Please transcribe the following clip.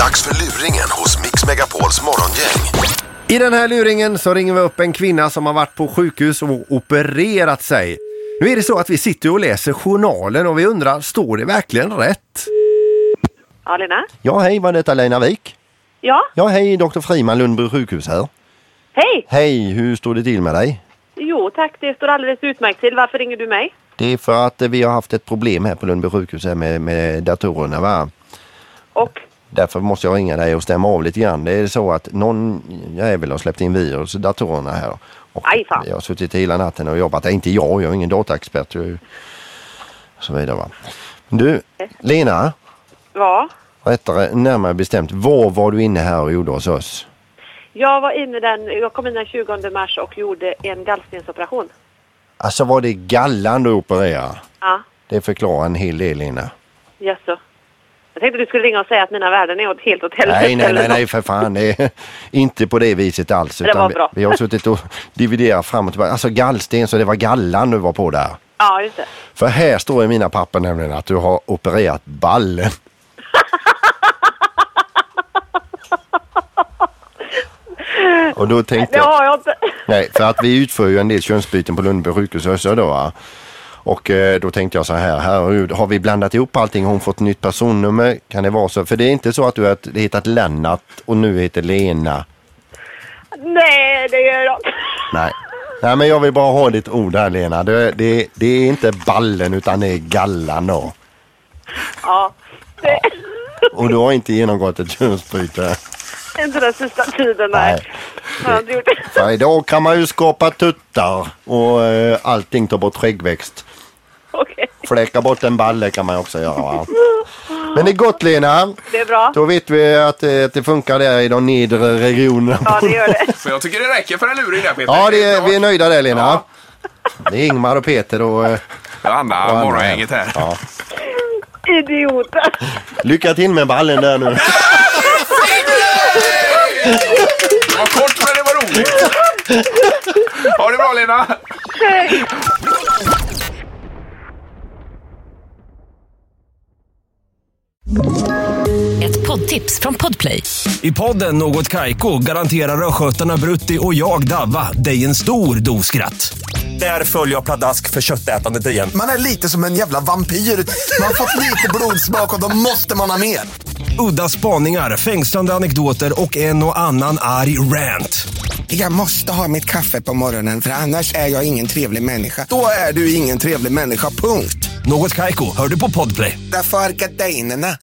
Dags för luringen hos Mix Megapols morgongäng. I den här luringen så ringer vi upp en kvinna som har varit på sjukhus och opererat sig. Nu är det så att vi sitter och läser journalen och vi undrar, står det verkligen rätt? Ja, Lena? Ja, hej, var detta Lena Wik? Ja? Ja, hej, Dr. Friman, Lundby sjukhus här. Hej! Hej, hur står det till med dig? Jo, tack. Det står alldeles utmärkt till. Varför ringer du mig? Det är för att vi har haft ett problem här på Lundby sjukhus här med datorerna, va? Och? Därför måste jag ringa dig och stämma av lite grann. Det är så att någon jävel har släppt in virus i datorerna här. Och aj fan. jag har suttit hela natten och jobbat. Inte jag är ingen dataexpert. Så vidare, va? Du, Lena? Ja? Rättare, närmare bestämt. Var du inne här och gjorde hos oss? Jag kom in den 20 mars och gjorde en gallstensoperation. Alltså var det gallan du opererade? Ja. Det förklarar en hel del, Lena. Jaså. Jag tänkte du skulle ringa och säga att mina värden är helt åt helvete. Nej, för fan. Det är inte på det viset alls. Det var bra. Vi har suttit och dividerat fram och tillbaka. Alltså gallsten, så det var gallan du var på där. Ja, just det. För här står i mina papper nämligen att du har opererat ballen. Och då tänkte det har jag inte. Nej, för att vi utför ju en del könsbyten på Lundby sjukhus då, va? Och då tänkte jag så här har vi blandat ihop allting? Har hon fått nytt personnummer? Kan det vara så? För det är inte så att du har hittat Lennart och nu heter Lena. Nej, det gör jag inte. Nej, men jag vill bara ha ditt ord här, Lena. Det är inte ballen utan det är gallan då. Ja. Och du har inte genomgått ett könsbyte? Inte den sista tiden, nej. För idag kan man ju skapa tuttar och allting, ta bort skäggväxt. Okej. Fläcka bort en balle kan man också göra, va? Men det är gott, Lena. Det är bra. Då vet vi att det funkar där i de nedre regionerna. Ja, det gör det. Så jag tycker det räcker för en luring där, Peter. Ja, vi är nöjda där, Lena. Ja. Det är Ingmar och Peter och Anna, morgongänget här. Ja. Idioter. Lycka till med ballen där nu. Det var kort men det var roligt. Ha det bra, Lena. Hej. Ett poddtips från Podplay. I podden Något Kaiko garanterar röskötarna Brutti och jag Davva dig en stor doskratt. Där följer jag pladask för köttätandet igen. Man är lite som en jävla vampyr. Man har fått lite blodsmak och då måste man ha mer. Udda spaningar, fängslande anekdoter och en och annan arg rant. Jag måste ha mitt kaffe på morgonen för annars är jag ingen trevlig människa. Då är du ingen trevlig människa, punkt. Något Kaiko, hör du på Podplay. Därför är gardinerna.